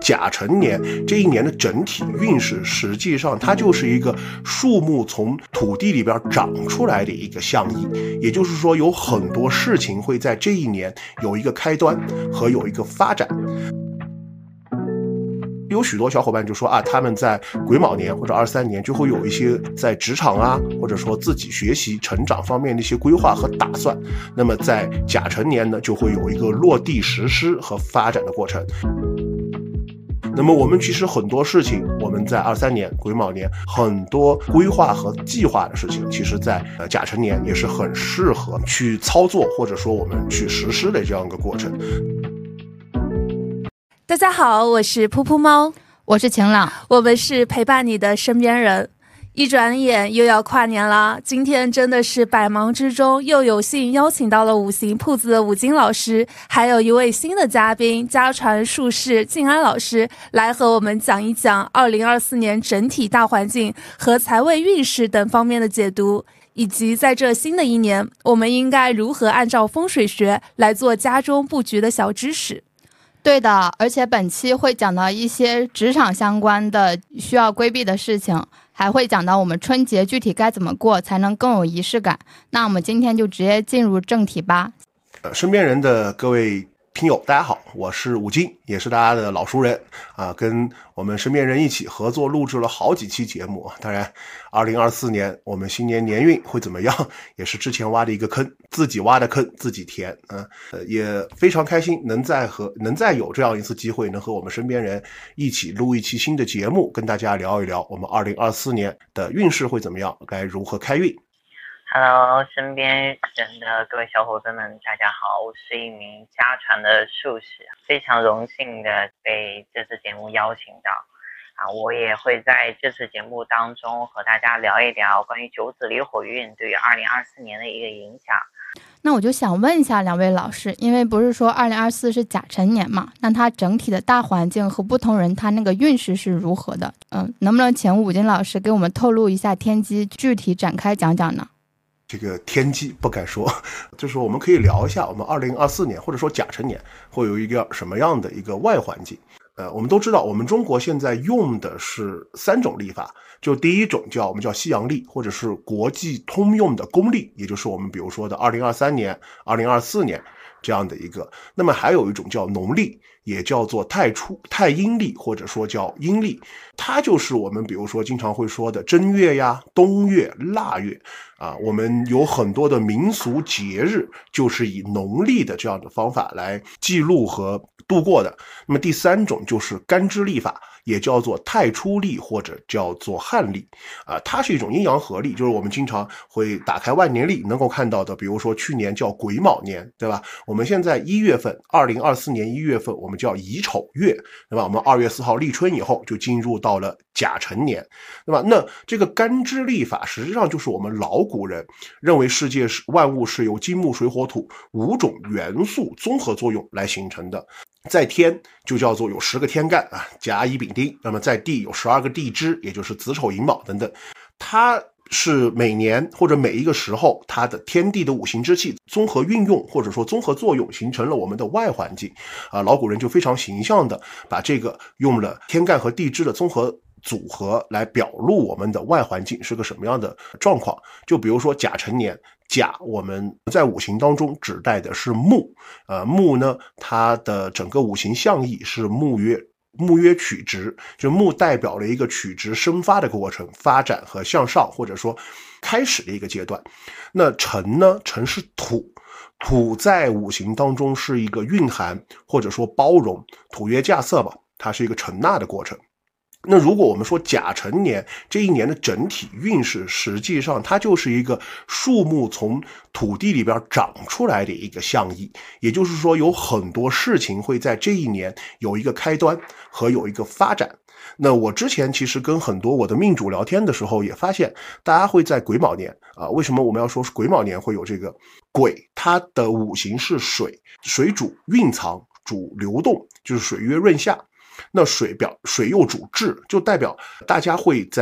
甲辰年这一年的整体运势，实际上它就是一个树木从土地里边长出来的一个象意，也就是说有很多事情会在这一年有一个开端和有一个发展。有许多小伙伴就说啊，他们在癸卯年或者23年就会有一些在职场啊，或者说自己学习成长方面的一些规划和打算。那么在甲辰年呢，就会有一个落地实施和发展的过程。那么我们其实很多事情，我们在23年癸卯年很多规划和计划的事情，其实在甲辰年也是很适合去操作，或者说我们去实施的这样一个过程。 大家好，我是噗噗猫， 我是晴朗， 我们是陪伴你的身边人。一转眼又要跨年了，今天真的是百忙之中又有幸邀请到了五行铺子的五金老师，还有一位新的嘉宾家传术士静安老师，来和我们讲一讲2024年整体大环境和财位运势等方面的解读，以及在这新的一年我们应该如何按照风水学来做家中布局的小知识。 对的，而且本期会讲到一些职场相关的需要规避的事情，还会讲到我们春节具体该怎么过才能更有仪式感。那我们今天就直接进入正题吧。 身边人的各位听友大家好，我是五金，也是大家的老熟人啊，跟我们身边人一起合作录制了好几期节目。当然2024年我们新年年运会怎么样，也是之前挖的一个坑，自己挖的坑自己填啊。也非常开心能再有这样一次机会，能和我们身边人一起录一期新的节目，跟大家聊一聊我们2024年的运势会怎么样，该如何开运。 Hello， 身边人的各位小伙伴们，大家好，我是一名家传的术士，非常荣幸的被这次节目邀请到我也会在这次节目当中和大家聊一聊关于九紫离火运对于2024年的一个影响。 那我就想问一下两位老师，因为不是说2024是甲辰年嘛，那它整体的大环境和不同人他那个运势是如何的？能不能请武金老师给我们透露一下天机，具体展开讲讲呢？ 这个天机不敢说，就是我们可以聊一下我们2024年或者说甲辰年会有一个什么样的一个外环境。我们都知道我们中国现在用的是3种历法，就第一种我们叫西洋历，或者是国际通用的公历，也就是我们比如说的2023年2024年这样的一个。那么还有一种叫农历，也叫做太阴历，或者说叫阴历，它就是我们比如说经常会说的正月呀、冬月、腊月我们有很多的民俗节日就是以农历的这样的方法来记录和度过的。那么第3种就是干支历法，也叫做太初历或者叫做汉历它是一种阴阳合历，就是我们经常会打开万年历能够看到的，比如说去年叫癸卯年，对吧？我们现在1月份2024年1月份我们叫乙丑月，对吧？我们2月4号立春以后就进入到了甲辰年，对吧？那这个干支历法实际上就是我们老古人认为世界万物是由金木水火土5种元素综合作用来形成的。在天就叫做有10个天干甲乙丙丁，那么在地有12个地支，也就是子丑寅卯等等。它是每年或者每一个时候它的天地的五行之气综合运用或者说综合作用，形成了我们的外环境老古人就非常形象的把这个用了天干和地支的综合组合来表露我们的外环境是个什么样的状况。就比如说甲辰年，甲我们在五行当中指代的是木木呢，它的整个五行象意是木曰曲直，就木代表了一个曲直生发的过程，发展和向上或者说开始的一个阶段。那辰呢，辰是土，土在五行当中是一个蕴含或者说包容，土曰稼穑嘛，它是一个承纳的过程。那如果我们说甲辰年这一年的整体运势，实际上它就是一个树木从土地里边长出来的一个象意，也就是说有很多事情会在这一年有一个开端和有一个发展。那我之前其实跟很多我的命主聊天的时候也发现，大家会在癸卯年为什么我们要说癸卯年会有这个癸，它的五行是水，水主蕴藏，主流动，就是水曰润下。那水又主志，就代表大家会在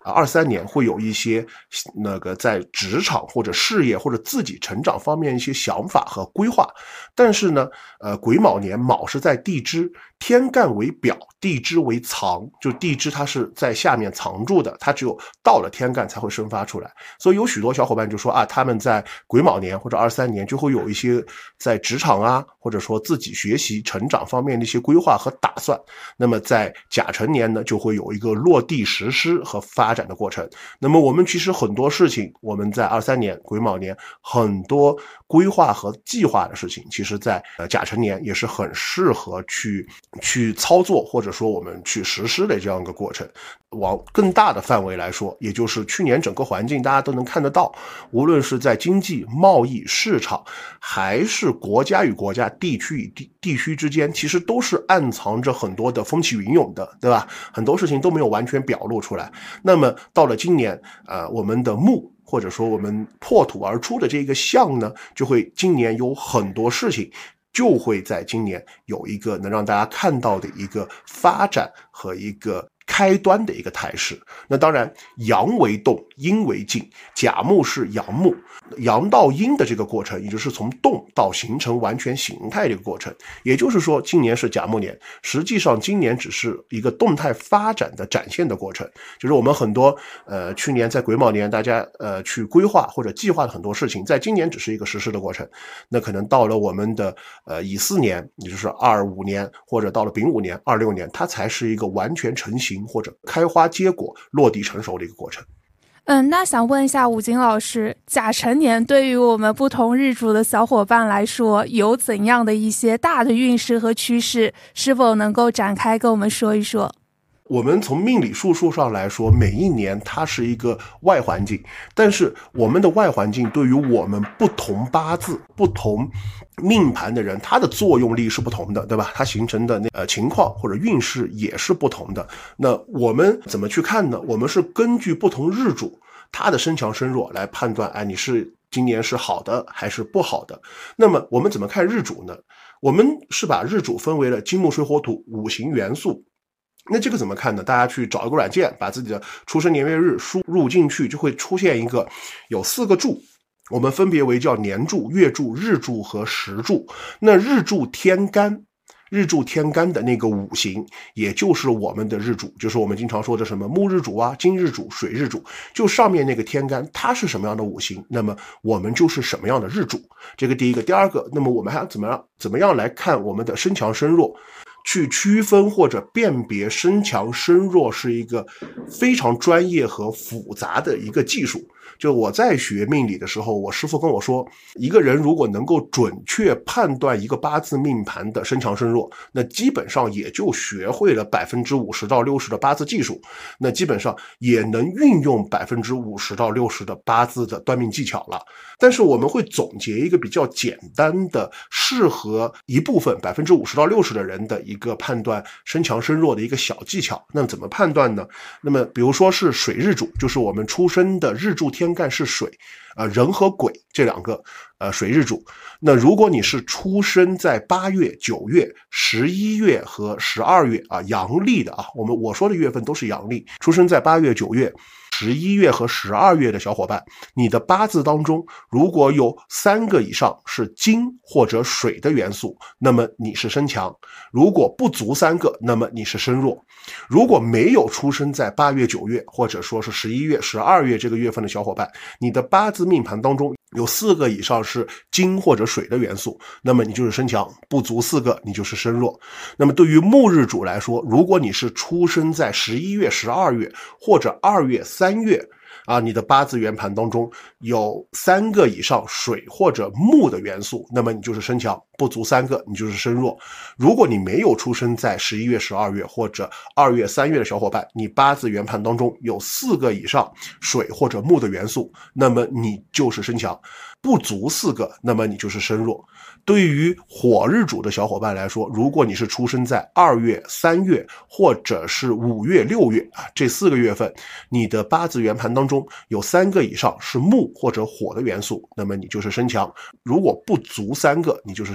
23年会有一些那个在职场或者事业或者自己成长方面一些想法和规划。但是呢癸卯年，卯是在地支，天干为表，地支为藏，就地支它是在下面藏住的，它只有到了天干才会生发出来。所以有许多小伙伴就说啊，他们在癸卯年或者23年就会有一些在职场啊，或者说自己学习成长方面的一些规划和打算。那么在甲辰年呢，就会有一个落地实施和发展的过程。那么我们其实很多事情，我们在23年癸卯年很多规划和计划的事情，其实在甲辰年也是很适合去操作，或者说我们去实施的这样一个过程。往更大的范围来说，也就是去年整个环境大家都能看得到，无论是在经济、贸易、市场，还是国家与国家、地区与地区之间，其实都是暗藏着很多的风起云涌的，对吧？很多事情都没有完全表露出来。那么到了今年我们的木，或者说我们破土而出的这个象呢，就会今年有很多事情就会在今年有一个能让大家看到的一个发展和一个开端的一个态势。那当然阳为动，阴为静，甲木是阳木，阳到阴的这个过程，也就是从动到形成完全形态的一个过程。也就是说今年是甲木年，实际上今年只是一个动态发展的展现的过程。就是我们很多去年在癸卯年大家去规划或者计划的很多事情，在今年只是一个实施的过程。那可能到了我们的乙巳年，也就是25年，或者到了丙午年、26年，它才是一个完全成型或者开花结果、落地成熟的一个过程。 那想问一下武金老师，甲辰年对于我们不同日主的小伙伴来说，有怎样的一些大的运势和趋势？是否能够展开跟我们说一说？ 我们从命理术数上来说，每一年它是一个外环境，但是我们的外环境对于我们不同八字、不同命盘的人，它的作用力是不同的，对吧？它形成的情况或者运势也是不同的。那我们怎么去看呢？我们是根据不同日主它的身强身弱来判断，你是今年是好的还是不好的。那么我们怎么看日主呢？我们是把日主分为了金木水火土5行元素。那这个怎么看呢？大家去找一个软件，把自己的出生年月日输入进去，就会出现一个有4个柱，我们分别为叫年柱、月柱、日柱和时柱。那日柱天干的那个5行，也就是我们的日主，就是我们经常说的什么木日主啊、金日主、水日主，就上面那个天干它是什么样的5行，那么我们就是什么样的日主。这个第一个。第二个，那么我们还要怎么样来看我们的身强身弱，去区分或者辨别身强身弱，是一个非常专业和复杂的一个技术。就我在学命理的时候，我师父跟我说，一个人如果能够准确判断一个八字命盘的身强身弱，那基本上也就学会了50%到60%的八字技术，那基本上也能运用50%到60%的八字的断命技巧了。但是我们会总结一个比较简单的，适合一部分50%到60%的人的一个判断身强身弱的一个小技巧。那么怎么判断呢？那么比如说是水日主，就是我们出生的日柱天干是水，人和鬼这两个水日主。那如果你是出生在8月、9月、11月和12月阳历的我说的月份都是阳历，出生在8月、9月、11月和12月的小伙伴，你的八字当中如果有3个以上是金或者水的元素，那么你是身强；如果不足3个，那么你是身弱。如果没有出生在8月、9月或者说是11月、12月这个月份的小伙伴，你的八字命盘当中有4个以上是金或者水的元素，那么你就是身强；不足4个，你就是身弱。那么对于木日主来说，如果你是出生在11月、12月或者2月、3月你的八字圆盘当中有3个以上水或者木的元素，那么你就是身强；不足3个，你就是身弱。如果你没有出生在11月、12月或者2月、3月的小伙伴，你八字圆盘当中有4个以上水或者木的元素，那么你就是身强；不足4个，那么你就是身弱。对于火日主的小伙伴来说，如果你是出生在2月、3月或者是5月、6月这4个月份，你的八字圆盘当中有3个以上是木或者火的元素，那么你就是身强；如果不足3个，你就是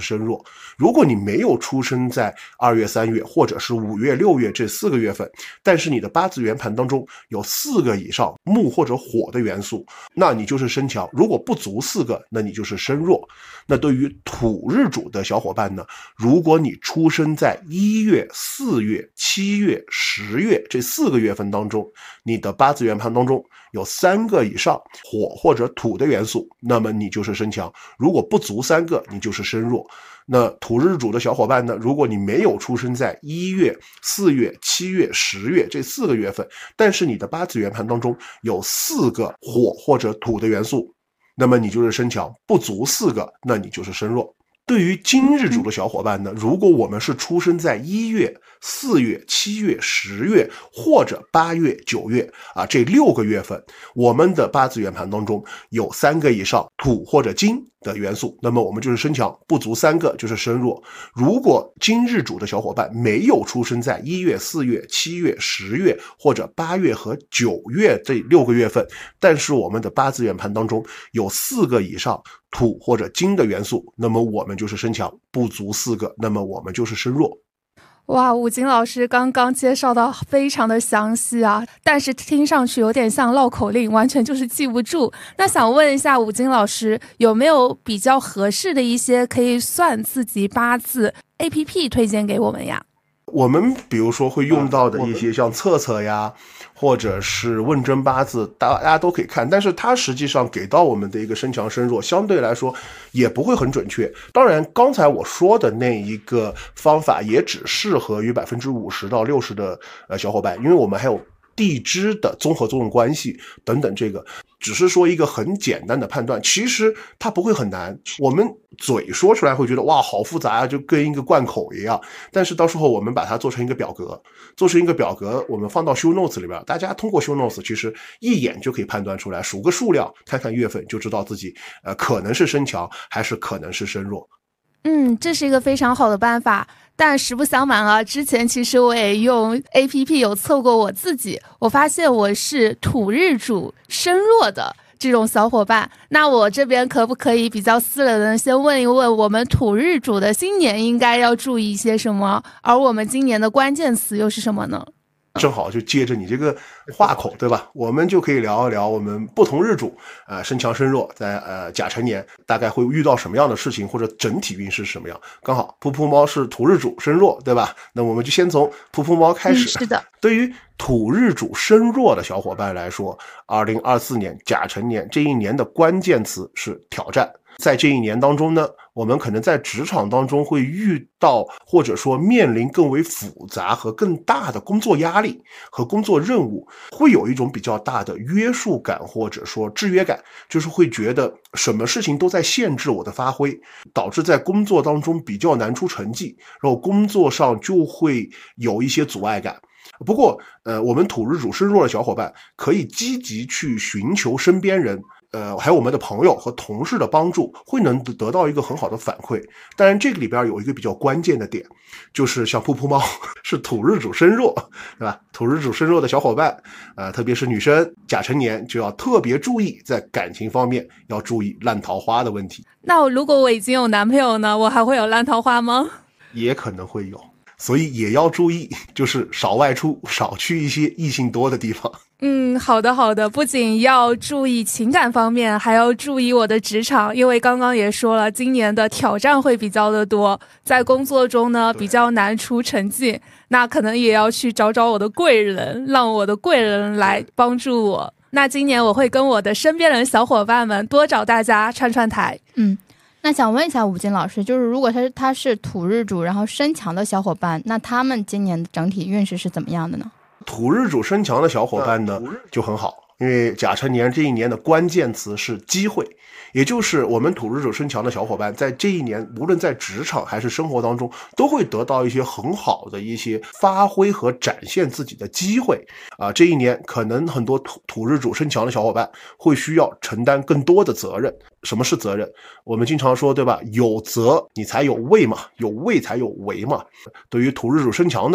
身弱。如果你没有出生在2月、3月或者是5月、6月这4个月份，但是你的八字圆盘当中有4个以上木或者火的元素，那你就是身强。如果不足4个，那你就是身弱。那对于土日主的小伙伴呢，如果你出生在1月、4月、7月、10月这4个月份当中，你的八字圆盘当中有3个以上火或者土的元素，那么你就是身强。如果不足3个，你就是身弱。那土日主的小伙伴呢，如果你没有出生在1月、4月、7月、10月这4个月份，但是你的八字圆盘当中有4个火或者土的元素，那么你就是身强。不足4个，那你就是身弱。对于金日主的小伙伴呢，如果我们是出生在1月、4月、7月、10月或者8月、9月这6个月份，我们的八字圆盘当中有3个以上土或者金的元素，那么我们就是身强。不足3个就是身弱。如果金日主的小伙伴没有出生在1月、4月、7月、10月或者8月和9月这6个月份，但是我们的八字圆盘当中有4个以上土或者金的元素，那么我们就是身强。不足4个，那么我们就是身弱。 哇，武金老师刚刚介绍的非常的详细啊，但是听上去有点像绕口令，完全就是记不住。那想问一下武金老师，有没有比较合适的一些可以算自己八字 APP 推荐给我们呀？ 我们比如说会用到的一些像测测呀，或者是问诊八字，大家都可以看，但是它实际上给到我们的一个身强身弱相对来说也不会很准确。当然刚才我说的那一个方法也只适合于50%到60%的小伙伴，因为我们还有地支的综合作用关系等等，这个只是说一个很简单的判断，其实它不会很难。我们嘴说出来会觉得哇好复杂啊，就跟一个贯口一样，但是到时候我们把它做成一个表格，我们放到 show notes 里边，大家通过 show notes 其实一眼就可以判断出来，数个数量看看月份就知道自己可能是身强还是可能是身弱。 这是一个非常好的办法，但实不相瞒啊，之前其实我也用 APP 有测过我自己，我发现我是土日主身弱的这种小伙伴。那我这边可不可以比较私人的先问一问，我们土日主的新年应该要注意一些什么，而我们今年的关键词又是什么呢？ 正好就接着你这个话口，对吧？我们就可以聊一聊我们不同日主身强身弱在甲辰年大概会遇到什么样的事情，或者整体运势是什么样。刚好噗噗猫是土日主身弱，对吧？那我们就先从噗噗猫开始。 是的。 对于土日主身弱的小伙伴来说，2024年甲辰年这一年的关键词是挑战。在这一年当中呢，我们可能在职场当中会遇到或者说面临更为复杂和更大的工作压力和工作任务，会有一种比较大的约束感或者说制约感，就是会觉得什么事情都在限制我的发挥，导致在工作当中比较难出成绩，然后工作上就会有一些阻碍感。不过我们土日主身弱的小伙伴可以积极去寻求身边人还有我们的朋友和同事的帮助，会能得到一个很好的反馈。当然这个里边有一个比较关键的点，就是像噗噗猫是土日主身弱，对吧？土日主身弱的小伙伴特别是女生，甲辰年就要特别注意在感情方面要注意烂桃花的问题。 那如果我已经有男朋友呢，我还会有烂桃花吗？ 也可能会有，所以也要注意，就是少外出，少去一些异性多的地方。 好的，不仅要注意情感方面，还要注意我的职场，因为刚刚也说了，今年的挑战会比较的多，在工作中呢比较难出成绩，那可能也要去找找我的贵人，让我的贵人来帮助我。那今年我会跟我的身边人小伙伴们多找大家串串台。 那想问一下武金老师，就是如果他是土日主然后身强的小伙伴，那他们今年的整体运势是怎么样的呢？ 土日主身强的小伙伴呢就很好，因为甲辰年这一年的关键词是机会，也就是我们土日主身强的小伙伴在这一年无论在职场还是生活当中都会得到一些很好的一些发挥和展现自己的机会这一年可能很多土日主身强的小伙伴会需要承担更多的责任。什么是责任？我们经常说，对吧？有责你才有位嘛，有位才有为嘛。对于土日主身强的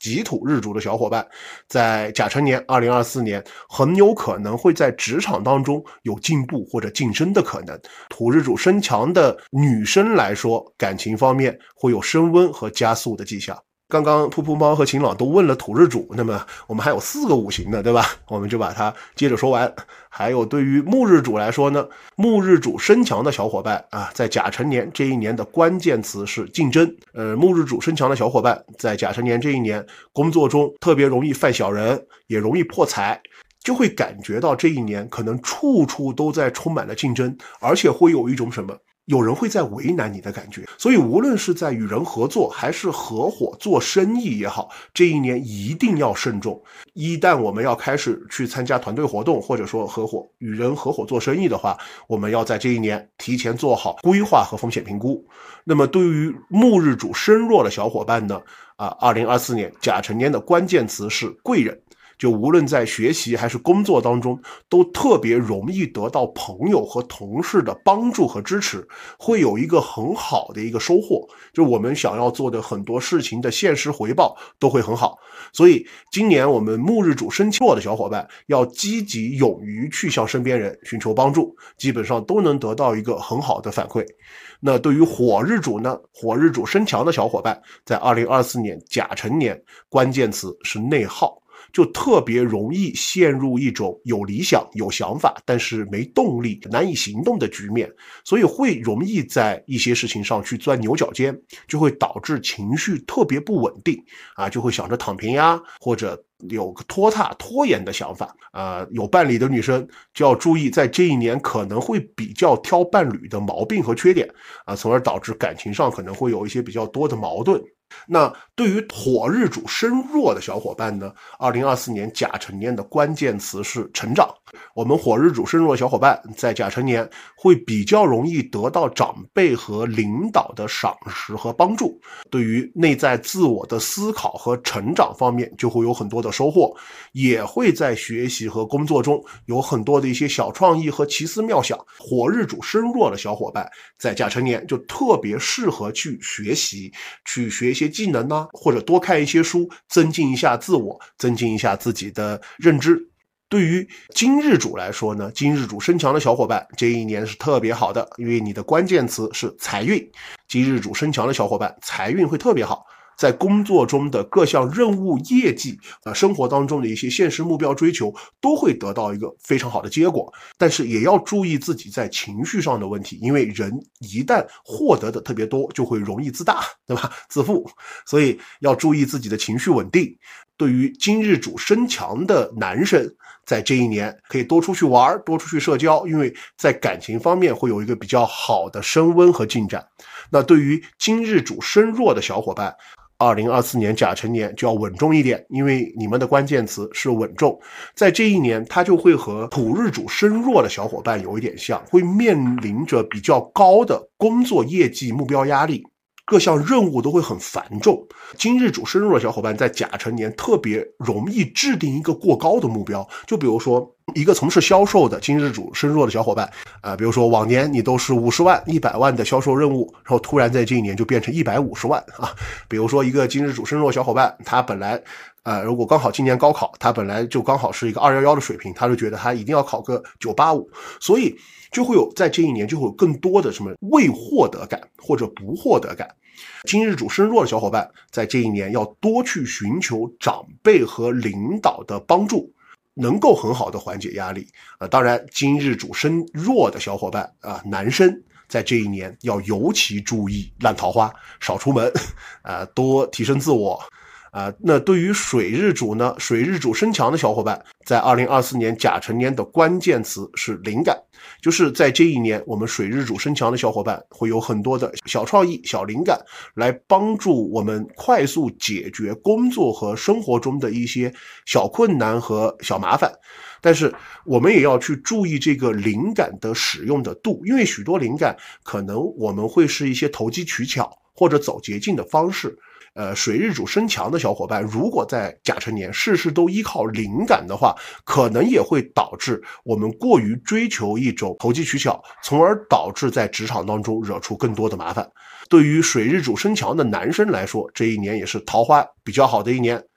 己土日主的小伙伴，在甲辰年2024年很有可能会在职场当中有进步或者晋升的可能。土日主身强的女生来说，感情方面会有升温和加速的迹象。刚刚噗噗猫和晴朗都问了土日主，那么我们还有4个五行呢，对吧？我们就把它接着说完。还有对于木日主来说呢，木日主身强的小伙伴啊，在甲辰年这一年的关键词是竞争。木日主身强的小伙伴在甲辰年这一年工作中特别容易犯小人，也容易破财，就会感觉到这一年可能处处都在充满了竞争，而且会有一种什么有人会在为难你的感觉。所以无论是在与人合作还是合伙做生意也好，这一年一定要慎重。一旦我们要开始去参加团队活动，或者说与人合伙做生意的话，我们要在这一年提前做好规划和风险评估。那么对于木日主身弱的小伙伴呢，2024年甲辰年的关键词是贵人。就无论在学习还是工作当中，都特别容易得到朋友和同事的帮助和支持，会有一个很好的一个收获，就我们想要做的很多事情的现实回报都会很好。所以今年我们木日主身弱的小伙伴要积极勇于去向身边人寻求帮助，基本上都能得到一个很好的反馈。那对于火日主呢，火日主身强的小伙伴在2024年甲辰年关键词是内耗，就特别容易陷入一种有理想有想法但是没动力难以行动的局面，所以会容易在一些事情上去钻牛角尖，就会导致情绪特别不稳定就会想着躺平呀，或者有个拖沓拖延的想法有伴侣的女生就要注意，在这一年可能会比较挑伴侣的毛病和缺点从而导致感情上可能会有一些比较多的矛盾。那对于火日主身弱的小伙伴呢，2024年甲辰年的关键词是成长。我们火日主身弱的小伙伴在甲辰年会比较容易得到长辈和领导的赏识和帮助，对于内在自我的思考和成长方面就会有很多的收获，也会在学习和工作中有很多的一些小创意和奇思妙想。火日主身弱的小伙伴在甲辰年就特别适合去学习，去学一些技能或者多看一些书，增进一下自我，增进一下自己的认知。对于金日主来说呢，金日主身强的小伙伴这一年是特别好的，因为你的关键词是财运。金日主身强的小伙伴财运会特别好，在工作中的各项任务业绩生活当中的一些现实目标追求都会得到一个非常好的结果。但是也要注意自己在情绪上的问题，因为人一旦获得的特别多就会容易自大，对吧？自负，所以要注意自己的情绪稳定。对于金日主身强的男生，在这一年可以多出去玩，多出去社交，因为在感情方面会有一个比较好的升温和进展。那对于金日主身弱的小伙伴，2024年甲辰年就要稳重一点，因为你们的关键词是稳重。在这一年他就会和土日主身弱的小伙伴有一点像，会面临着比较高的工作业绩目标压力，各项任务都会很繁重。金日主身弱的小伙伴在甲辰年特别容易制定一个过高的目标，就比如说一个从事销售的金日主身弱的小伙伴比如说往年你都是50万100万的销售任务，然后突然在这一年就变成150万比如说一个金日主身弱小伙伴，他本来如果刚好今年高考，他本来就刚好是一个211的水平，他就觉得他一定要考个985，所以就会有在这一年就会有更多的什么未获得感或者不获得感。金日主身弱的小伙伴在这一年要多去寻求长辈和领导的帮助，能够很好的缓解压力当然金日主身弱的小伙伴男生在这一年要尤其注意烂桃花，少出门多提升自我那对于水日主呢，水日主身强的小伙伴在2024年甲辰年的关键词是灵感，就是在这一年我们水日主身强的小伙伴会有很多的小创意小灵感来帮助我们快速解决工作和生活中的一些小困难和小麻烦。但是我们也要去注意这个灵感的使用的度，因为许多灵感可能我们会是一些投机取巧或者走捷径的方式水日主身强的小伙伴如果在甲辰年事事都依靠灵感的话，可能也会导致我们过于追求一种投机取巧，从而导致在职场当中惹出更多的麻烦。对于水日主身强的男生来说，这一年也是桃花比较好的一年，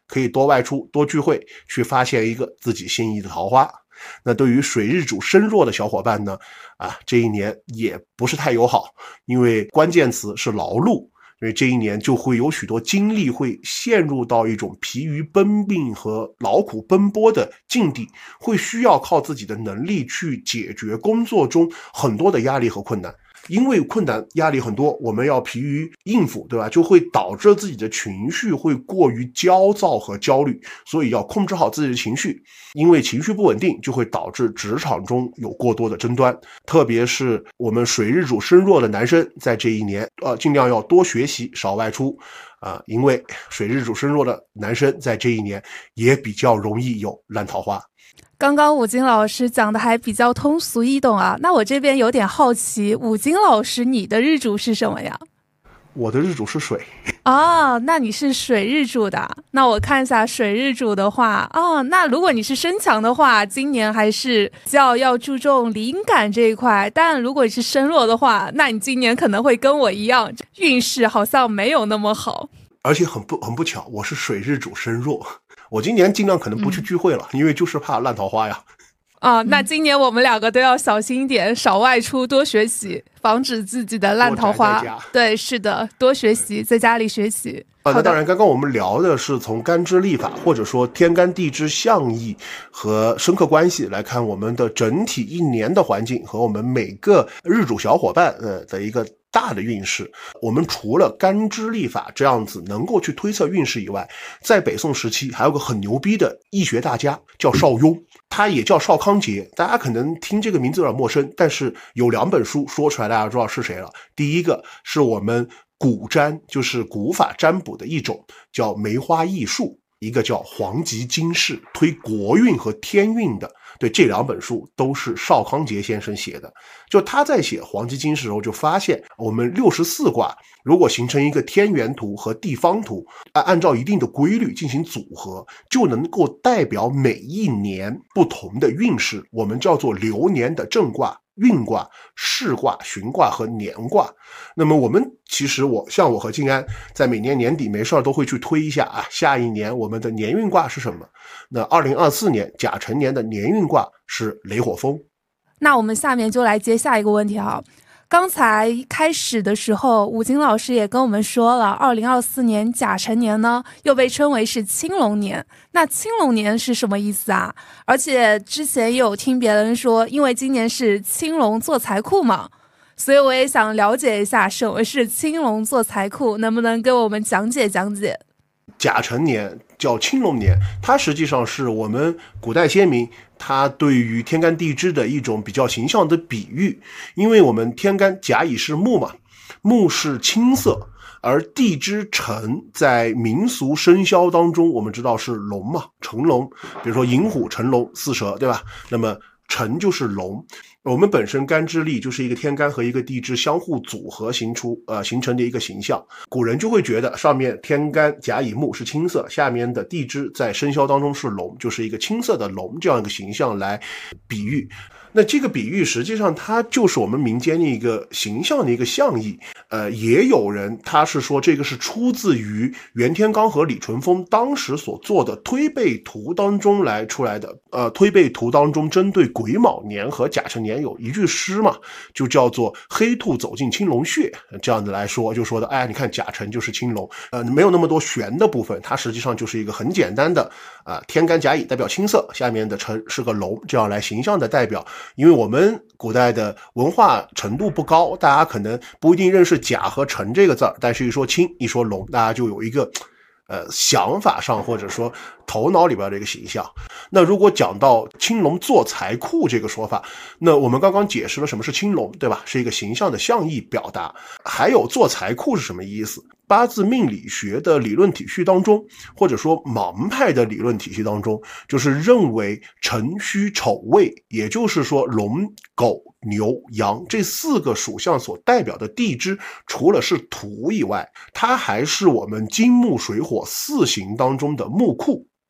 可以多外出多聚会，去发现一个自己心仪的桃花。那对于水日主身弱的小伙伴呢，这一年也不是太友好，因为关键词是劳碌，所以这一年就会有许多精力会陷入到一种疲于奔命和劳苦奔波的境地，会需要靠自己的能力去解决工作中很多的压力和困难。因为困难压力很多，我们要疲于应付，对吧？就会导致自己的情绪会过于焦躁和焦虑，所以要控制好自己的情绪。因为情绪不稳定，就会导致职场中有过多的争端，特别是我们水日主身弱的男生，在这一年尽量要多学习少外出因为水日主身弱的男生在这一年也比较容易有烂桃花。 刚刚武金老师讲的还比较通俗易懂啊，那我这边有点好奇，武金老师你的日主是什么呀？ 我的日主是水。 那你是水日主的。那我看一下水日主的话，那如果你是身强的话，今年还是比较要注重灵感这一块，但如果你是身弱的话，那你今年可能会跟我一样，运势好像没有那么好。 而且很不巧，我是水日主身弱，我今年尽量可能不去聚会了，因为就是怕烂桃花呀。 那今年我们两个都要小心一点，少外出，多学习，防止自己的烂桃花。对，是的，多学习，在家里学习。 那当然，刚刚我们聊的是从干支历法或者说天干地支象意和深刻关系来看我们的整体一年的环境和我们每个日主小伙伴的一个大的运势。我们除了干支历法这样子能够去推测运势以外，在北宋时期还有个很牛逼的易学大家叫邵雍，他也叫邵康节，大家可能听这个名字有点陌生，但是有2本书说出来大家知道是谁了。第一个是我们古占，就是古法占卜的一种，叫梅花易数，一个叫黄极经世，推国运和天运的。对，这2本书都是邵康节先生写的。就他在写黄极经世的时候就发现，我们64卦如果形成一个天元图和地方图，按照一定的规律进行组合，就能够代表每一年不同的运势，我们叫做流年的正卦、运卦、世卦、旬卦和年卦。那么我们其实像我和静安在每年年底没事都会去推一下下一年我们的年运卦是什么。那2024年甲辰年的年运卦是雷火风。 那我们下面就来接下一个问题哈。刚才开始的时候，武金老师也跟我们说了，2024年甲辰年呢，又被称为是青龙年。那青龙年是什么意思啊？而且之前也有听别人说，因为今年是青龙坐财库嘛，所以我也想了解一下什么是青龙坐财库，能不能给我们讲解讲解？ 甲辰年叫青龙年，它实际上是我们古代先民他对于天干地支的一种比较形象的比喻。因为我们天干甲乙是木嘛，木是青色，而地支辰在民俗生肖当中我们知道是龙嘛，辰龙，比如说寅虎辰龙巳蛇，对吧？那么辰就是龙。我们本身干支历就是一个天干和一个地支相互组合形成的一个形象。古人就会觉得上面天干甲乙木是青色，下面的地支在生肖当中是龙，就是一个青色的龙这样一个形象来比喻。那这个比喻实际上它就是我们民间的一个形象的一个象意。也有人他是说这个是出自于袁天罡和李淳风当时所做的推背图当中来出来的。推背图当中针对癸卯年和甲辰年有一句诗嘛，就叫做黑兔走进青龙穴，这样子来说，就说的你看甲辰就是青龙，没有那么多玄的部分，它实际上就是一个很简单的天干甲乙代表青色，下面的辰是个龙，这样来形象的代表。因为我们古代的文化程度不高，大家可能不一定认识甲和辰这个字儿，但是一说青一说龙，大家就有一个想法上或者说头脑里边的一个形象。那如果讲到青龙坐财库这个说法，那我们刚刚解释了什么是青龙，对吧？是一个形象的象意表达。还有坐财库是什么意思？八字命理学的理论体系当中，或者说盲派的理论体系当中，就是认为辰戌丑未，也就是说龙狗牛羊这4个属相所代表的地支，除了是土以外，它还是我们金木水火4行当中的木库。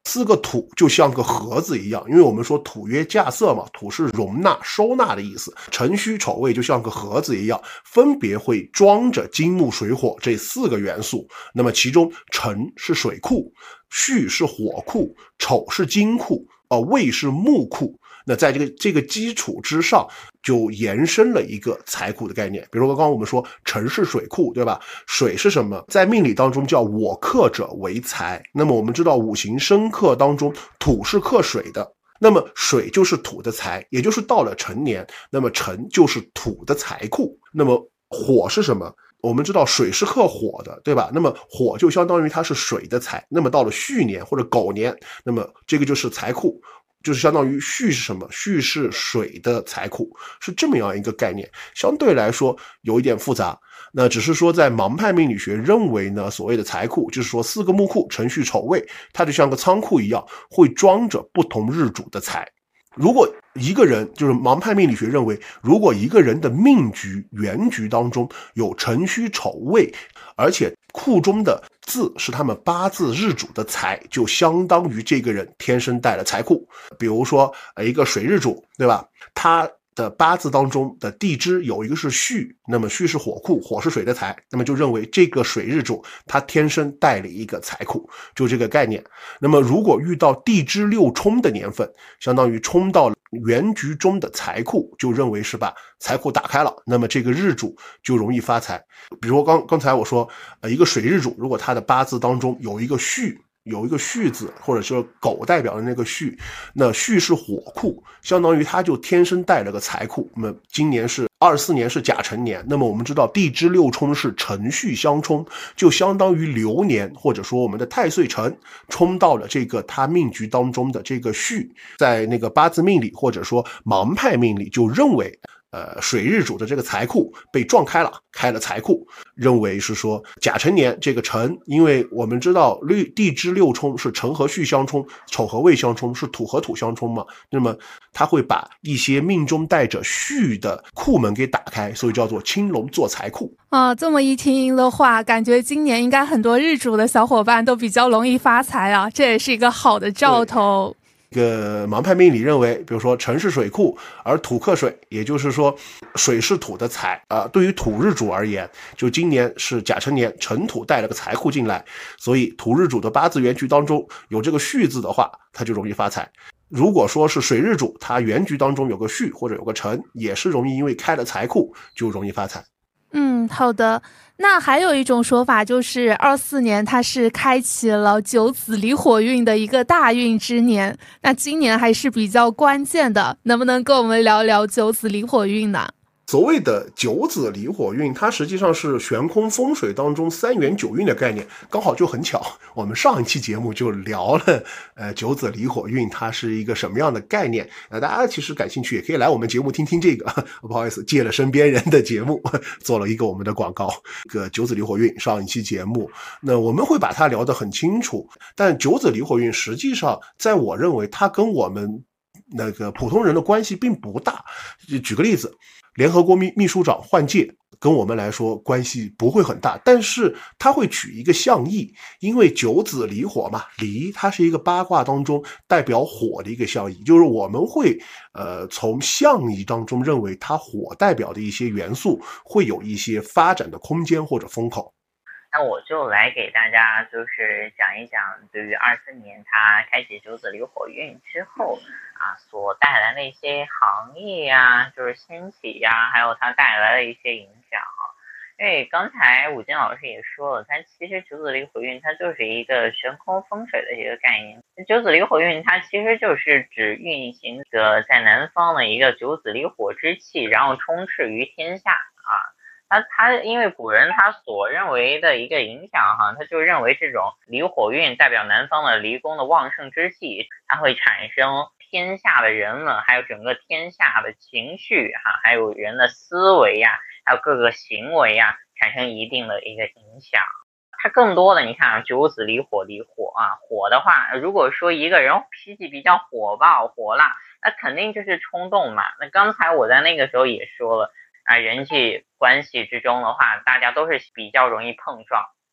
四个土就像个盒子一样，因为我们说土曰架色嘛，土是容纳收纳的意思，辰戌丑未就像个盒子一样，分别会装着金木水火这4个元素。那么其中辰是水库，戌是火库，丑是金库，未是木库。那在这个基础之上，就延伸了一个财库的概念。比如说刚刚我们说辰是水库，对吧？水是什么？在命理当中叫我克者为财。那么我们知道五行生克当中土是克水的，那么水就是土的财，也就是到了辰年，那么辰就是土的财库。那么火是什么？我们知道水是克火的，对吧？那么火就相当于它是水的财。那么到了戌年或者狗年，那么这个就是财库，就是相当于戌是什么？戌是水的财库，是这么样一个概念。相对来说有一点复杂，那只是说在盲派命理学认为呢，所谓的财库就是说4个木库辰戌丑未，它就像个仓库一样，会装着不同日主的财。如果一个人，就是盲派命理学认为，如果一个人的命局原局当中有辰戌丑未，而且库中的字是他们八字日主的财，就相当于这个人天生带了财库。比如说一个水日主，对吧？他的八字当中的地支有一个是戌，那么戌是火库，火是水的财，那么就认为这个水日主他天生带了一个财库，就这个概念。那么如果遇到地支六冲的年份，相当于冲到原局中的财库，就认为是把财库打开了，那么这个日主就容易发财。比如刚才我说一个水日主，如果他的八字当中有一个戌字，或者是狗代表的那个戌，那戌是火库，相当于他就天生带了个财库。那么今年是24年是甲辰年，那么我们知道地支六冲是辰戌相冲，就相当于流年或者说我们的太岁辰冲到了这个他命局当中的这个戌。在那个八字命理或者说盲派命理就认为水日主的这个财库被撞开了，开了财库，认为是说甲辰年这个辰，因为我们知道地支六冲是辰和戌相冲，丑和未相冲，是土和土相冲嘛，那么他会把一些命中带着戌的库门给打开，所以叫做青龙坐财库。 这么一听的话，感觉今年应该很多日主的小伙伴都比较容易发财啊，这也是一个好的兆头。 这个盲派命理认为，比如说辰是水库，而土克水，也就是说水是土的财对于土日主而言，就今年是甲辰年，辰土带了个财库进来，所以土日主的八字原局当中有这个戌字的话，他就容易发财。如果说是水日主，他原局当中有个戌或者有个辰，也是容易因为开了财库就容易发财。 好的。那还有一种说法就是24年它是开启了九子离火运的一个大运之年，那今年还是比较关键的，能不能跟我们聊聊九子离火运呢？ 所谓的九子离火运，它实际上是悬空风水当中3元9运的概念，刚好就很巧，我们上一期节目就聊了九子离火运它是一个什么样的概念。大家其实感兴趣也可以来我们节目听听这个，不好意思，借了身边人的节目做了一个我们的广告。这个九子离火运上一期节目，那我们会把它聊得很清楚，但九子离火运实际上在我认为它跟我们那个普通人的关系并不大。举个例子，联合国秘书长换届跟我们来说关系不会很大，但是他会取一个象意，因为九子离火嘛，离它是一个八卦当中代表火的一个象意，就是我们会从象意当中认为它火代表的一些元素会有一些发展的空间或者风口。 那我就来给大家就是讲一讲，对于24年它开启九子离火运之后所带来的一些行业呀，就是兴起呀，还有它带来的一些影响因为刚才武金老师也说了，它其实九子离火运它就是一个悬空风水的一个概念。九子离火运它其实就是指运行着在南方的一个九子离火之气，然后充斥于天下他因为古人他所认为的一个影响他就认为这种离火运代表南方的离宫的旺盛之气，它会产生天下的人们还有整个天下的情绪还有人的思维还有各个行为产生一定的一个影响。它更多的你看九子离火火的话，如果说一个人脾气比较火爆火辣，那肯定就是冲动嘛。那刚才我在那个时候也说了人际关系之中的话，大家都是比较容易碰撞。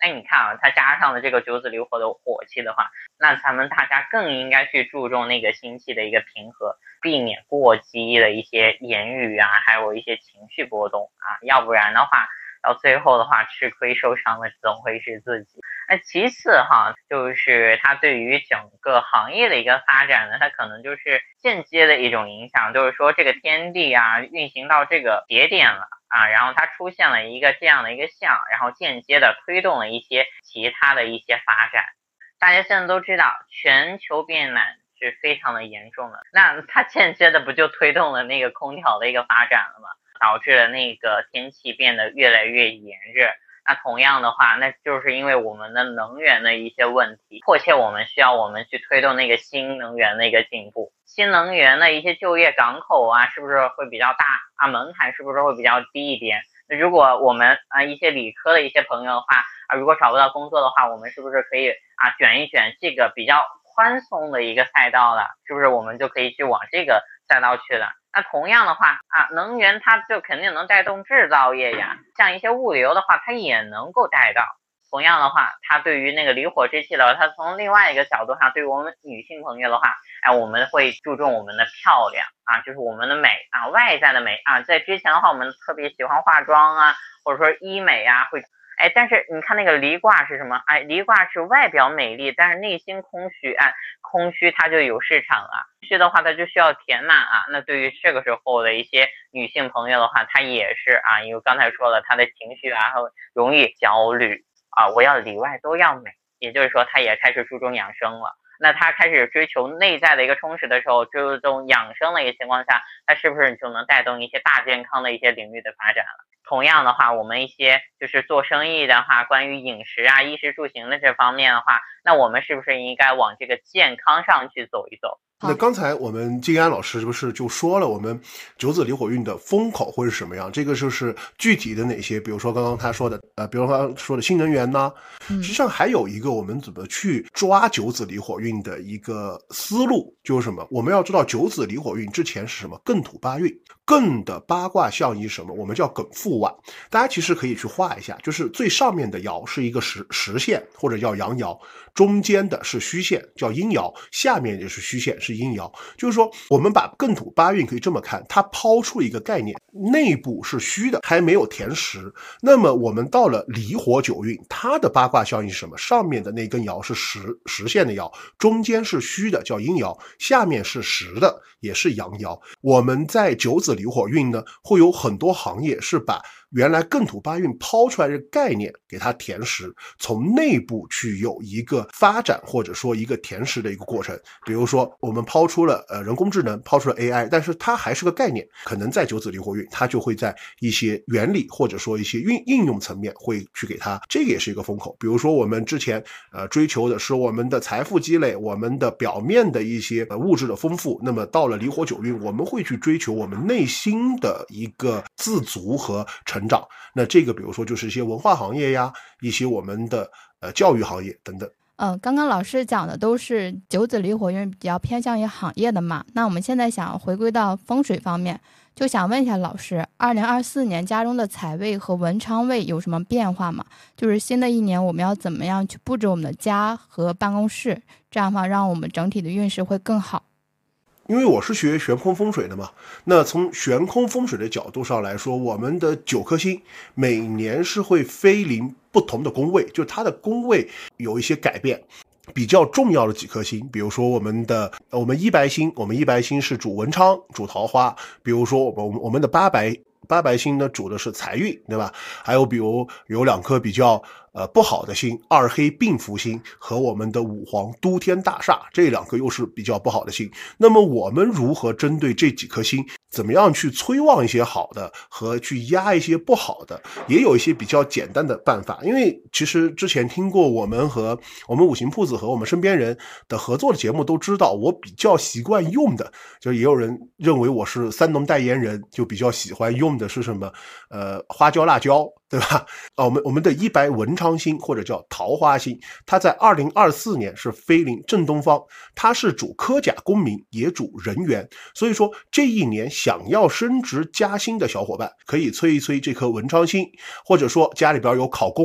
你看啊，它加上了这个九紫离火的火气的话，那咱们大家更应该去注重那个心气的一个平和，避免过激的一些言语啊，还有一些情绪波动啊，要不然的话到最后的话吃亏受伤的总会是自己。那其次哈，就是它对于整个行业的一个发展呢，它可能就是间接的一种影响，就是说这个天地啊运行到这个节点了啊，然后它出现了一个这样的一个象，然后间接的推动了一些其他的一些发展。大家现在都知道全球变暖是非常的严重的，那它间接的不就推动了那个空调的一个发展了吗？导致了那个天气变得越来越炎热。那同样的话，那就是因为我们的能源的一些问题，迫切我们需要我们去推动那个新能源的一个进步。新能源的一些就业港口啊，是不是会比较大啊？门槛是不是会比较低一点？那如果我们一些理科的一些朋友的话如果找不到工作的话，我们是不是可以卷一卷这个比较宽松的一个赛道了？是不是我们就可以去往这个赛道去了？那同样的话能源它就肯定能带动制造业呀，像一些物流的话，它也能够带到。同样的话，它对于那个离火之气的，它从另外一个角度上，对于我们女性朋友的话，我们会注重我们的漂亮就是我们的美外在的美在之前的话，我们特别喜欢化妆或者说医美会。但是你看那个离卦是什么？离卦是外表美丽，但是内心空虚空虚它就有市场空虚的话它就需要填满那对于这个时候的一些女性朋友的话，她也是因为刚才说了，她的情绪容易焦虑我要里外都要美，也就是说她也开始注重养生了。那她开始追求内在的一个充实的时候，注重养生的一个情况下，她是不是就能带动一些大健康的一些领域的发展了？同样的话，我们一些就是做生意的话，关于饮食衣食住行的这方面的话，那我们是不是应该往这个健康上去走一走？ 那刚才我们金安老师是不是就说了我们九紫离火运的风口会是什么样？这个就是具体的哪些，比如说刚刚他说的比如说他说的新能源呢实际上还有一个我们怎么去抓九紫离火运的一个思路，就是什么？我们要知道九紫离火运之前是什么？艮土八运。艮的八卦象意什么？我们叫艮复腕。大家其实可以去画一下，就是最上面的爻是一个实线或者叫阳爻，中间的是虚线叫阴爻，下面也是虚线是阴爻。就是说我们把艮土八运可以这么看，它抛出一个概念，内部是虚的，还没有填实。那么我们到了离火九运，它的八卦效应是什么？上面的那根爻是实线的爻，中间是虚的叫阴爻，下面是实的也是阳爻。我们在九紫离火运呢，会有很多行业是把原来艮土八运抛出来的概念给它填实，从内部去有一个发展或者说一个填实的一个过程。比如说我们抛出了人工智能，抛出了 AI， 但是它还是个概念，可能在九紫离火运它就会在一些原理或者说一些应用层面会去给它，这个也是一个风口。比如说我们之前追求的是我们的财富积累，我们的表面的一些物质的丰富，那么到了离火九运，我们会去追求我们内心的一个自足和成长。那这个比如说就是一些文化行业呀，一些我们的教育行业等等。 刚刚老师讲的都是九紫离火运比较偏向于行业的嘛，那我们现在想回归到风水方面，就想问一下老师，2024年家中的财位和文昌位有什么变化吗？就是新的一年我们要怎么样去布置我们的家和办公室，这样的话让我们整体的运势会更好。 因为我是学悬空风水的嘛，那从悬空风水的角度上来说，我们的9颗星每年是会飞临不同的宫位，就它的宫位有一些改变。比较重要的几颗星，比如说我们一白星是主文昌主桃花，比如说我们的八白星呢主的是财运，对吧？还有比如有2颗比较不好的星，二黑病符星和我们的五黄都天大煞，这2个又是比较不好的星。那么我们如何针对这几颗星，怎么样去催旺一些好的和去压一些不好的，也有一些比较简单的办法。因为其实之前听过我们五行铺子和我们身边人的合作的节目都知道，我比较习惯用的，就也有人认为我是三农代言人，就比较喜欢用的是什么花椒辣椒，对吧？我们的一白文昌星或者叫桃花星，它在2024年是飞临正东方，它是主科甲功名，也主人缘。所以说这一年想要升职加薪的小伙伴可以催一催这颗文昌星，或者说家里边有考公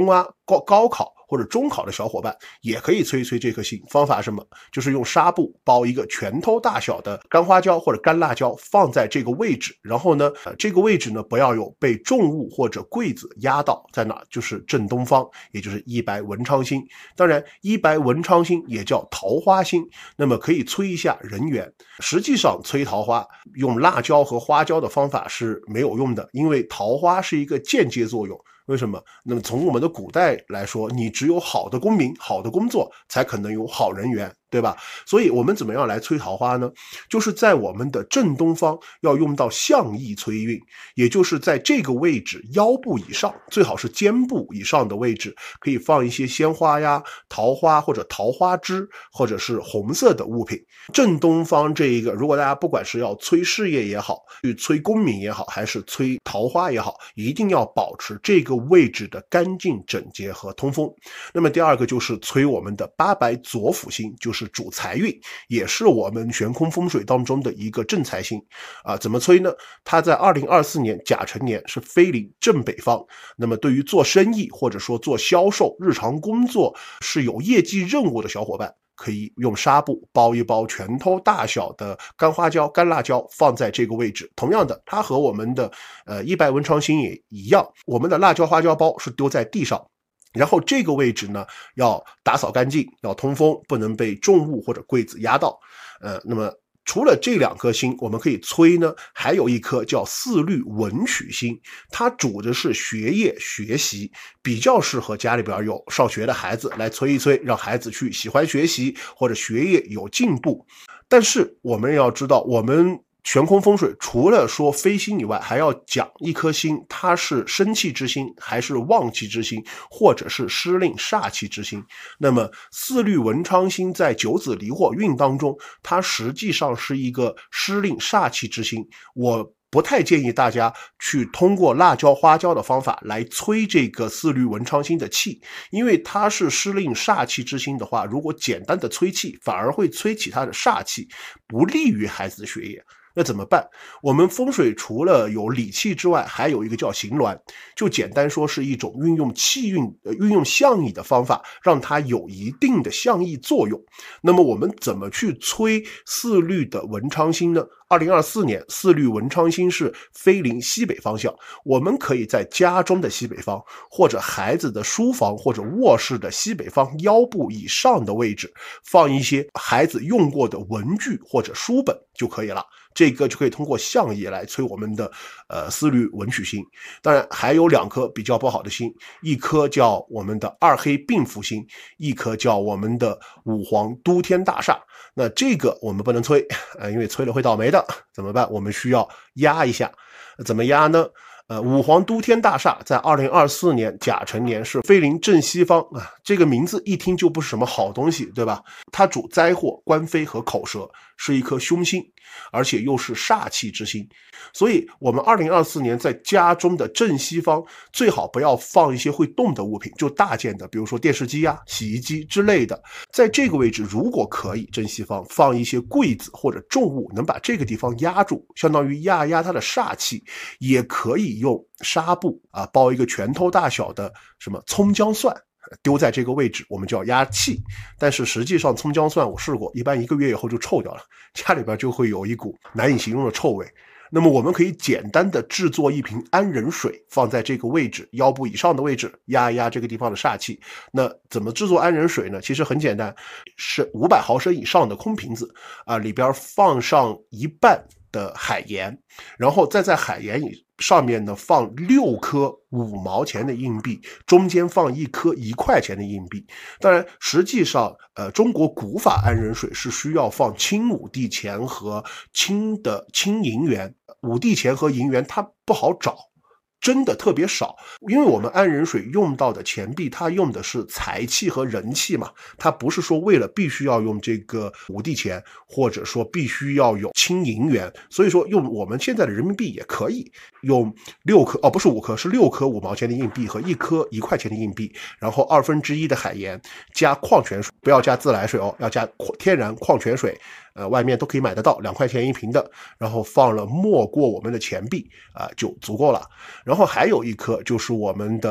高考或者中考的小伙伴也可以催一催这颗心。方法是什么？就是用纱布包一个拳头大小的干花椒或者干辣椒放在这个位置，然后呢，这个位置呢不要有被重物或者柜子压到，在哪？就是正东方，也就是一白文昌星。当然，一白文昌星也叫桃花星，那么可以催一下人缘。实际上催桃花用辣椒和花椒的方法是没有用的，因为桃花是一个间接作用。为什么？那么从我们的古代来说，你只有好的功名、好的工作，才可能有好人缘，对吧？所以我们怎么样来催桃花呢？就是在我们的正东方要用到象意催运，也就是在这个位置腰部以上，最好是肩部以上的位置，可以放一些鲜花呀、桃花或者桃花枝，或者是红色的物品。正东方这一个，如果大家不管是要催事业也好，去催功名也好，还是催桃花也好，一定要保持这个位置的干净整洁和通风。那么第二个就是催我们的八白左辅星，就是主财运，也是我们悬空风水当中的一个正财星怎么催呢？它在2024年甲辰年是飞临正北方，那么对于做生意或者说做销售、日常工作是有业绩任务的小伙伴，可以用纱布包一包拳头大小的干花椒、干辣椒放在这个位置。同样的，它和我们的一白文昌星也一样，我们的辣椒花椒包是丢在地上，然后这个位置呢要打扫干净，要通风，不能被重物或者柜子压到。那么除了这两颗星我们可以催呢，还有一颗叫四绿文曲星，它主的是学业学习，比较适合家里边有上学的孩子来催一催，让孩子去喜欢学习或者学业有进步。但是我们要知道，我们悬空风水除了说飞星以外，还要讲一颗星它是生气之星还是旺气之星，或者是失令煞气之星。那么四绿文昌星在九子离火运当中，它实际上是一个失令煞气之星。我不太建议大家去通过辣椒花椒的方法来催这个四绿文昌星的气，因为它是失令煞气之星的话，如果简单的催气反而会催起它的煞气，不利于孩子的学业。那怎么办？我们风水除了有理气之外，还有一个叫行鸾，就简单说是一种运用气运、运用象意的方法，让它有一定的象意作用。那么我们怎么去催四绿的文昌星呢？2024年四绿文昌星是飞临西北方向，我们可以在家中的西北方，或者孩子的书房或者卧室的西北方腰部以上的位置，放一些孩子用过的文具或者书本就可以了。这个就可以通过象意来催我们的四绿文曲星。当然还有两颗比较不好的星，一颗叫我们的二黑病符星，一颗叫我们的五黄都天大煞。那这个我们不能催因为催了会倒霉的。怎么办？我们需要压一下。怎么压呢？五黄都天大煞在2024年甲辰年是飞临正西方这个名字一听就不是什么好东西，对吧？它主灾祸、官非和口舌，是一颗凶星，而且又是煞气之星。所以我们2024年在家中的正西方最好不要放一些会动的物品，就大件的，比如说电视机洗衣机之类的。在这个位置如果可以，正西方放一些柜子或者重物，能把这个地方压住，相当于压它的煞气。也可以用纱布包一个拳头大小的什么葱姜蒜丢在这个位置，我们叫压气。但是实际上葱姜蒜我试过，一般1个月以后就臭掉了，家里边就会有一股难以形容的臭味。那么我们可以简单的制作一瓶安人水，放在这个位置腰部以上的位置，压一压这个地方的煞气。那怎么制作安人水呢？其实很简单，是500毫升以上的空瓶子里边放上一半的海盐，然后再在海盐上面呢放6颗5毛钱的硬币，中间放1颗1块钱的硬币。当然实际上中国古法安人水是需要放清5帝钱和清银元。5帝钱和银元它不好找，真的特别少，因为我们安人水用到的钱币，它用的是财气和人气嘛，它不是说为了必须要用这个5帝钱，或者说必须要有清银元，所以说用我们现在的人民币也可以用6颗不是5颗，是6颗5毛钱的硬币和1颗1块钱的硬币，然后1/2的海盐加矿泉水，不要加自来水要加天然矿泉水。外面都可以买得到，2块钱1瓶的，然后放了没过我们的钱币就足够了。然后还有一颗就是我们的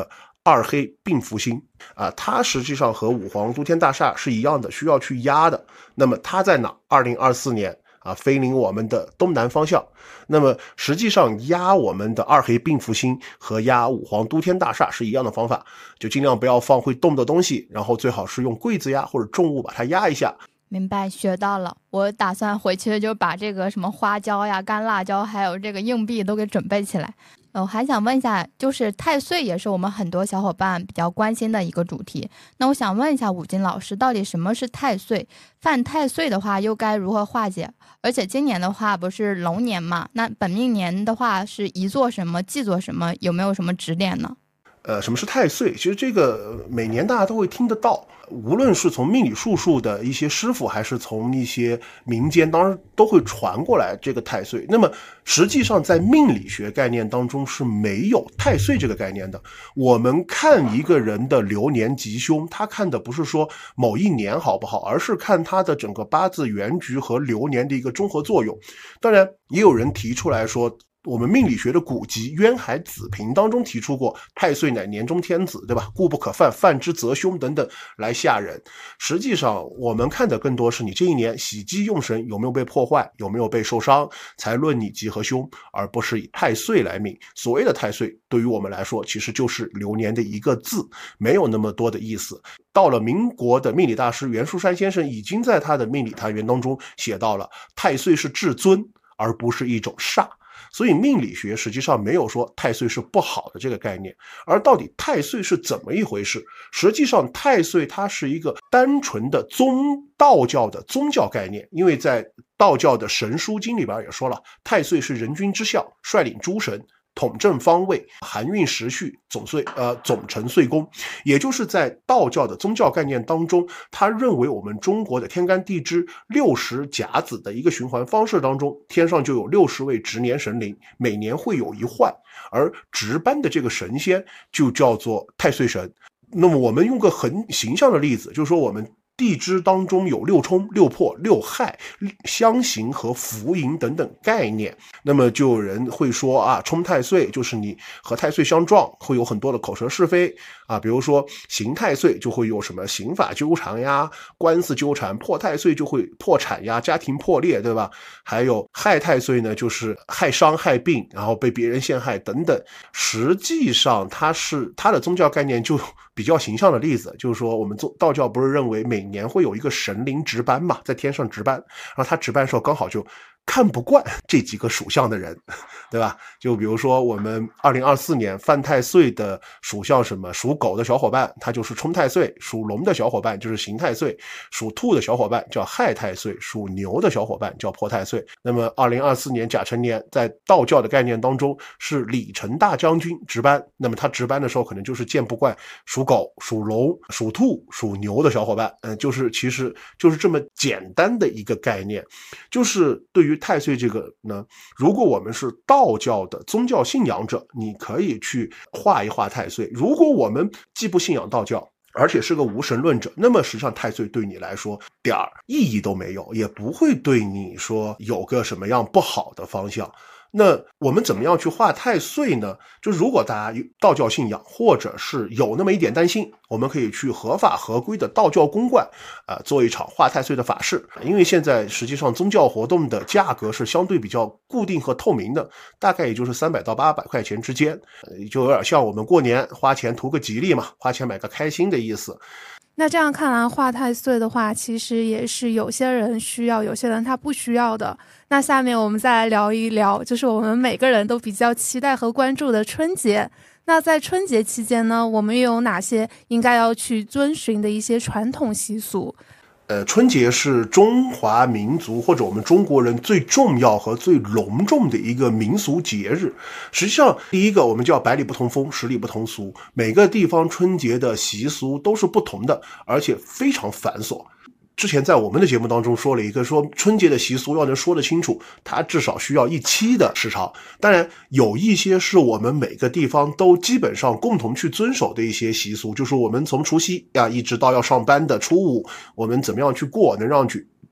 二黑并福星它实际上和五黄都天大厦是一样的，需要去压的。那么它在哪？2024年飞临我们的东南方向。那么实际上压我们的二黑并福星和压五黄都天大厦是一样的方法，就尽量不要放会动的东西，然后最好是用柜子压或者重物把它压一下。 明白，学到了。我打算回去就把这个什么花椒呀、干辣椒还有这个硬币都给准备起来。我还想问一下，就是太岁也是我们很多小伙伴比较关心的一个主题。那我想问一下武金老师，到底什么是太岁？犯太岁的话又该如何化解？而且今年的话不是龙年嘛，那本命年的话是宜做什么忌做什么，有没有什么指点呢？ 什么是太岁？其实这个每年大家都会听得到，无论是从命理术数的一些师傅，还是从一些民间，当然都会传过来这个太岁。那么实际上在命理学概念当中是没有太岁这个概念的。我们看一个人的流年吉凶，他看的不是说某一年好不好，而是看他的整个八字原局和流年的一个综合作用。当然也有人提出来说，我们命理学的古籍《渊海子平》当中提出过太岁乃年中天子，对吧？故不可犯，犯之则凶等等来吓人。实际上我们看的更多是你这一年喜忌用神有没有被破坏，有没有被受伤，才论你吉和凶，而不是以太岁来命。所谓的太岁对于我们来说其实就是流年的一个字，没有那么多的意思。到了民国的命理大师袁树山先生已经在他的命理谈源当中写到了太岁是至尊而不是一种煞。所以命理学实际上没有说太岁是不好的这个概念。而到底太岁是怎么一回事？实际上太岁它是一个单纯的道教的宗教概念，因为在道教的神书经里边也说了，太岁是人君之相，率领诸神，统正方位，含运时序，总成岁宫。也就是在道教的宗教概念当中，他认为我们中国的天干地支60甲子的一个循环方式当中，天上就有60位值年神灵，每年会有一换，而值班的这个神仙就叫做太岁神。那么我们用个很形象的例子，就是说我们地支当中有六冲、六破、六害、相刑和福淫等等概念。那么就有人会说冲太岁就是你和太岁相撞，会有很多的口舌是非比如说刑太岁就会有什么刑法纠缠呀、官司纠缠，破太岁就会破产呀、家庭破裂，对吧？还有害太岁呢，就是害伤害病，然后被别人陷害等等。实际上它的宗教概念就比较形象的例子，就是说我们道教不是认为每年会有一个神灵值班嘛，在天上值班，然后他值班的时候刚好就看不惯这几个属相的人，对吧？就比如说我们2024年犯太岁的属相什么，属狗的小伙伴他就是冲太岁，属龙的小伙伴就是刑太岁，属兔的小伙伴叫害太岁，属牛的小伙伴叫破太岁。那么2024年甲辰年在道教的概念当中是李成大将军值班，那么他值班的时候可能就是见不惯属狗、属龙、属兔、属牛的小伙伴，其实就是这么简单的一个概念。就是对于太岁这个呢，如果我们是道教的宗教信仰者，你可以去画一画太岁。如果我们既不信仰道教，而且是个无神论者，那么实际上太岁对你来说点意义都没有，也不会对你说有个什么样不好的方向。那我们怎么样去画太岁呢？就如果大家有道教信仰，或者是有那么一点担心，我们可以去合法合规的道教公观做一场画太岁的法事。因为现在实际上宗教活动的价格是相对比较固定和透明的，大概也就是300到800块钱之间，就有点像我们过年花钱图个吉利嘛，花钱买个开心的意思。 那这样看来，画太岁的话其实也是有些人需要，有些人他不需要的。那下面我们再来聊一聊，就是我们每个人都比较期待和关注的春节。那在春节期间呢，我们又有哪些应该要去遵循的一些传统习俗？ 春节是中华民族或者我们中国人最重要和最隆重的一个民俗节日。实际上第一个我们叫百里不同风，十里不同俗，每个地方春节的习俗都是不同的，而且非常繁琐。之前在我们的节目当中说了一个，说春节的习俗要能说得清楚，它至少需要1期的时长。当然有一些是我们每个地方都基本上共同去遵守的一些习俗，就是我们从除夕一直到要上班的初五，我们怎么样去过，能让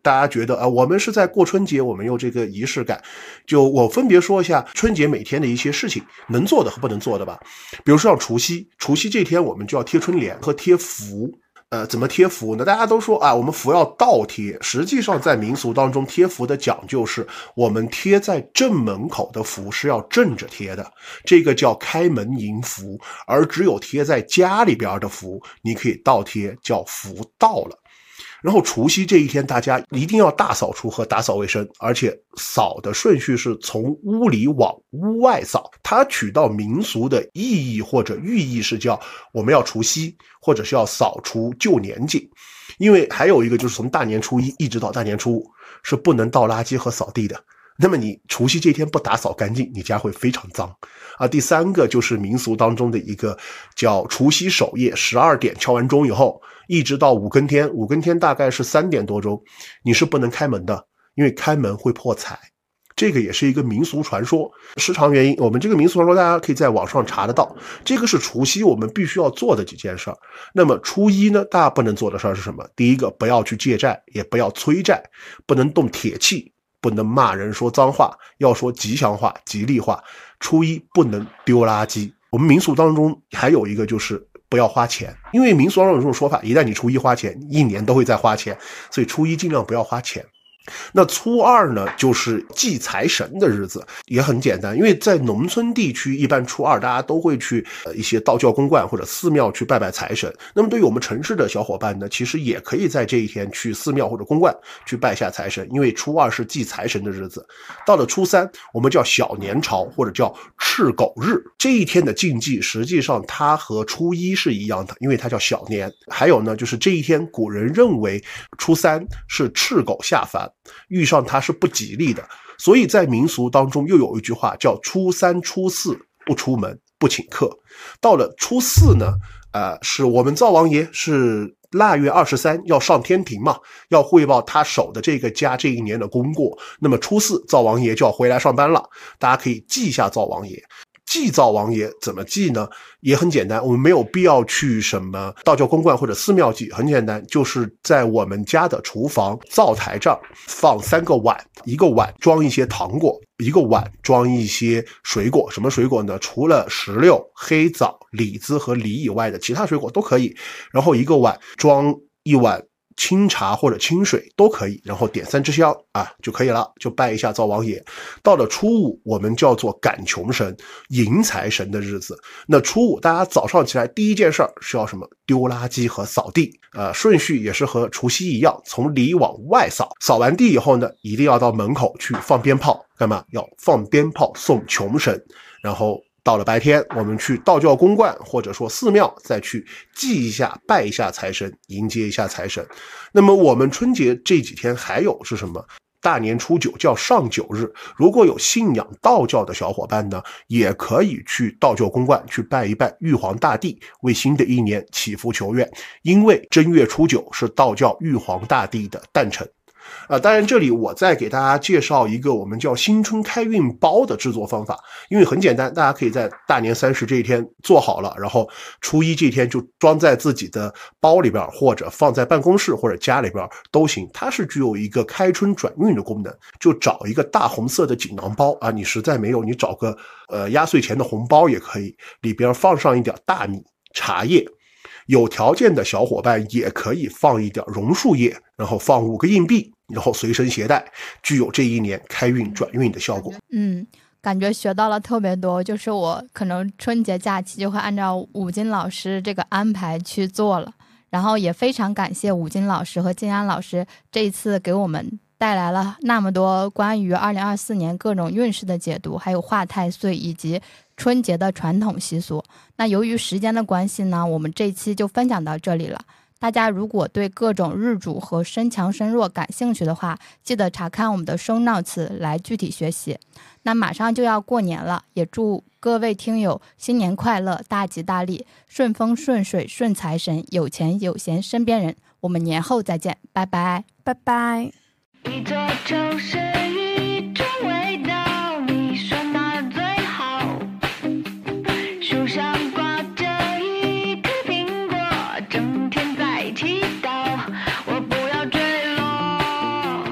大家觉得我们是在过春节，我们有这个仪式感。就我分别说一下春节每天的一些事情，能做的和不能做的吧。比如说像除夕这天我们就要贴春联和贴福。怎么贴福呢？大家都说我们福要倒贴，实际上在民俗当中贴福的讲究是，我们贴在正门口的福是要正着贴的，这个叫开门迎福，而只有贴在家里边的福，你可以倒贴，叫福到了。然后除夕这一天，大家一定要大扫除和打扫卫生，而且扫的顺序是从屋里往屋外扫。它取到民俗的意义或者寓意是叫我们要除夕，或者是要扫除旧年景。因为还有一个就是从大年初一一直到大年初五是不能倒垃圾和扫地的。那么你除夕这天不打扫干净，你家会非常脏第三个就是民俗当中的一个叫除夕守夜，12点敲完钟以后一直到五更天，五更天大概是3点多钟，你是不能开门的，因为开门会破财。这个也是一个民俗传说，时长原因我们这个民俗传说大家可以在网上查得到。这个是除夕我们必须要做的几件事儿。那么初一呢，大家不能做的事儿是什么？第一个，不要去借债，也不要催债，不能动铁器，不能骂人说脏话，要说吉祥话吉利话。初一不能丢垃圾。我们民俗当中还有一个就是不要花钱，因为民俗当中有这种说法，一旦你初一花钱，一年都会再花钱，所以初一尽量不要花钱。那初二呢，就是祭财神的日子，也很简单，因为在农村地区一般初二大家都会去一些道教公观或者寺庙去拜拜财神。那么对于我们城市的小伙伴呢，其实也可以在这一天去寺庙或者公观去拜下财神，因为初二是祭财神的日子。到了初三我们叫小年朝或者叫赤狗日，这一天的禁忌实际上它和初一是一样的，因为它叫小年。还有呢，就是这一天古人认为初三是赤狗下凡，遇上它是不吉利的，所以在民俗当中又有一句话叫初三初四不出门不请客。到了初四呢，是我们灶王爷是腊月23要上天庭嘛，要汇报他守的这个家这一年的功过。那么初四灶王爷就要回来上班了，大家可以祭一下灶王爷。祭灶王爷怎么祭呢？也很简单，我们没有必要去什么道教公观或者寺庙祭，很简单，就是在我们家的厨房灶台上放3个碗，一个碗装一些糖果，一个碗装一些水果。什么水果呢？除了石榴、黑枣、李子和梨以外的其他水果都可以。然后一个碗装一碗清茶或者清水都可以，然后点3支香就可以了，就拜一下灶王爷。到了初五我们叫做赶穷神迎财神的日子。那初五大家早上起来第一件事是要什么？丢垃圾和扫地。顺序也是和除夕一样，从里往外扫。扫完地以后呢，一定要到门口去放鞭炮。干嘛？要放鞭炮送穷神。然后到了白天我们去道教公观或者说寺庙再去祭一下拜一下财神，迎接一下财神。那么我们春节这几天还有是什么？大年初9叫上九日，如果有信仰道教的小伙伴呢，也可以去道教公观去拜一拜玉皇大帝，为新的一年祈福求愿。因为正月初9是道教玉皇大帝的诞辰。当然这里我再给大家介绍一个我们叫新春开运包的制作方法。因为很简单，大家可以在大年30这一天做好了，然后初一这天就装在自己的包里边，或者放在办公室或者家里边都行。它是具有一个开春转运的功能。就找一个大红色的锦囊包你实在没有，你找个压岁钱的红包也可以，里边放上一点大米、茶叶。有条件的小伙伴也可以放一点榕树叶，然后放5个硬币，然后随身携带，具有这一年开运转运的效果。 感觉学到了特别多，就是我可能春节假期就会按照武金老师这个安排去做了。然后也非常感谢武金老师和金安老师这一次给我们带来了那么多关于2024年各种运势的解读，还有化太岁以及春节的传统习俗。那由于时间的关系呢，我们这期就分享到这里了。大家如果对各种日主和身强身弱感兴趣的话，记得查看我们的show notes来具体学习。那马上就要过年了，也祝各位听友新年快乐，大吉大利，顺风顺水顺财神，有钱有闲身边人。我们年后再见，拜拜， 拜拜。 一座城市一种味道，你说哪最好？树上挂着一颗苹果，整天在祈祷，我不要坠落。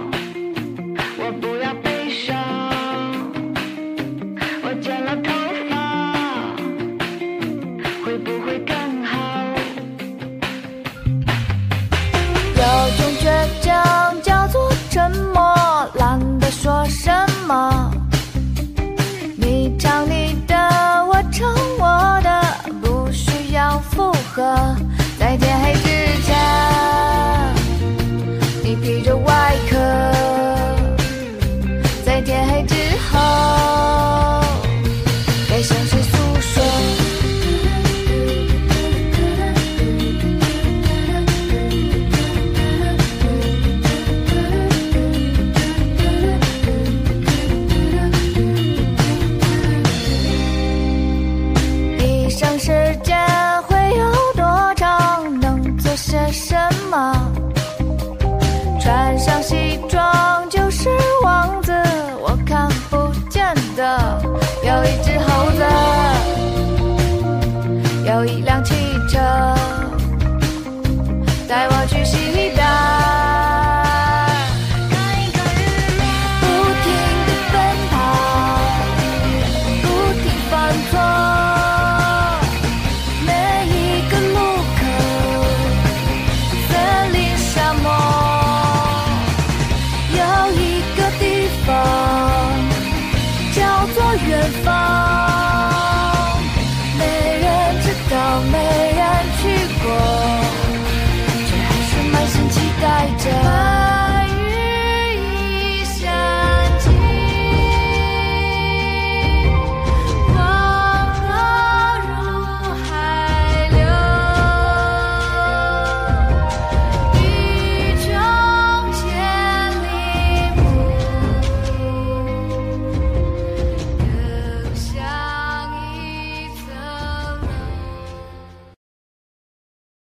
提着外壳。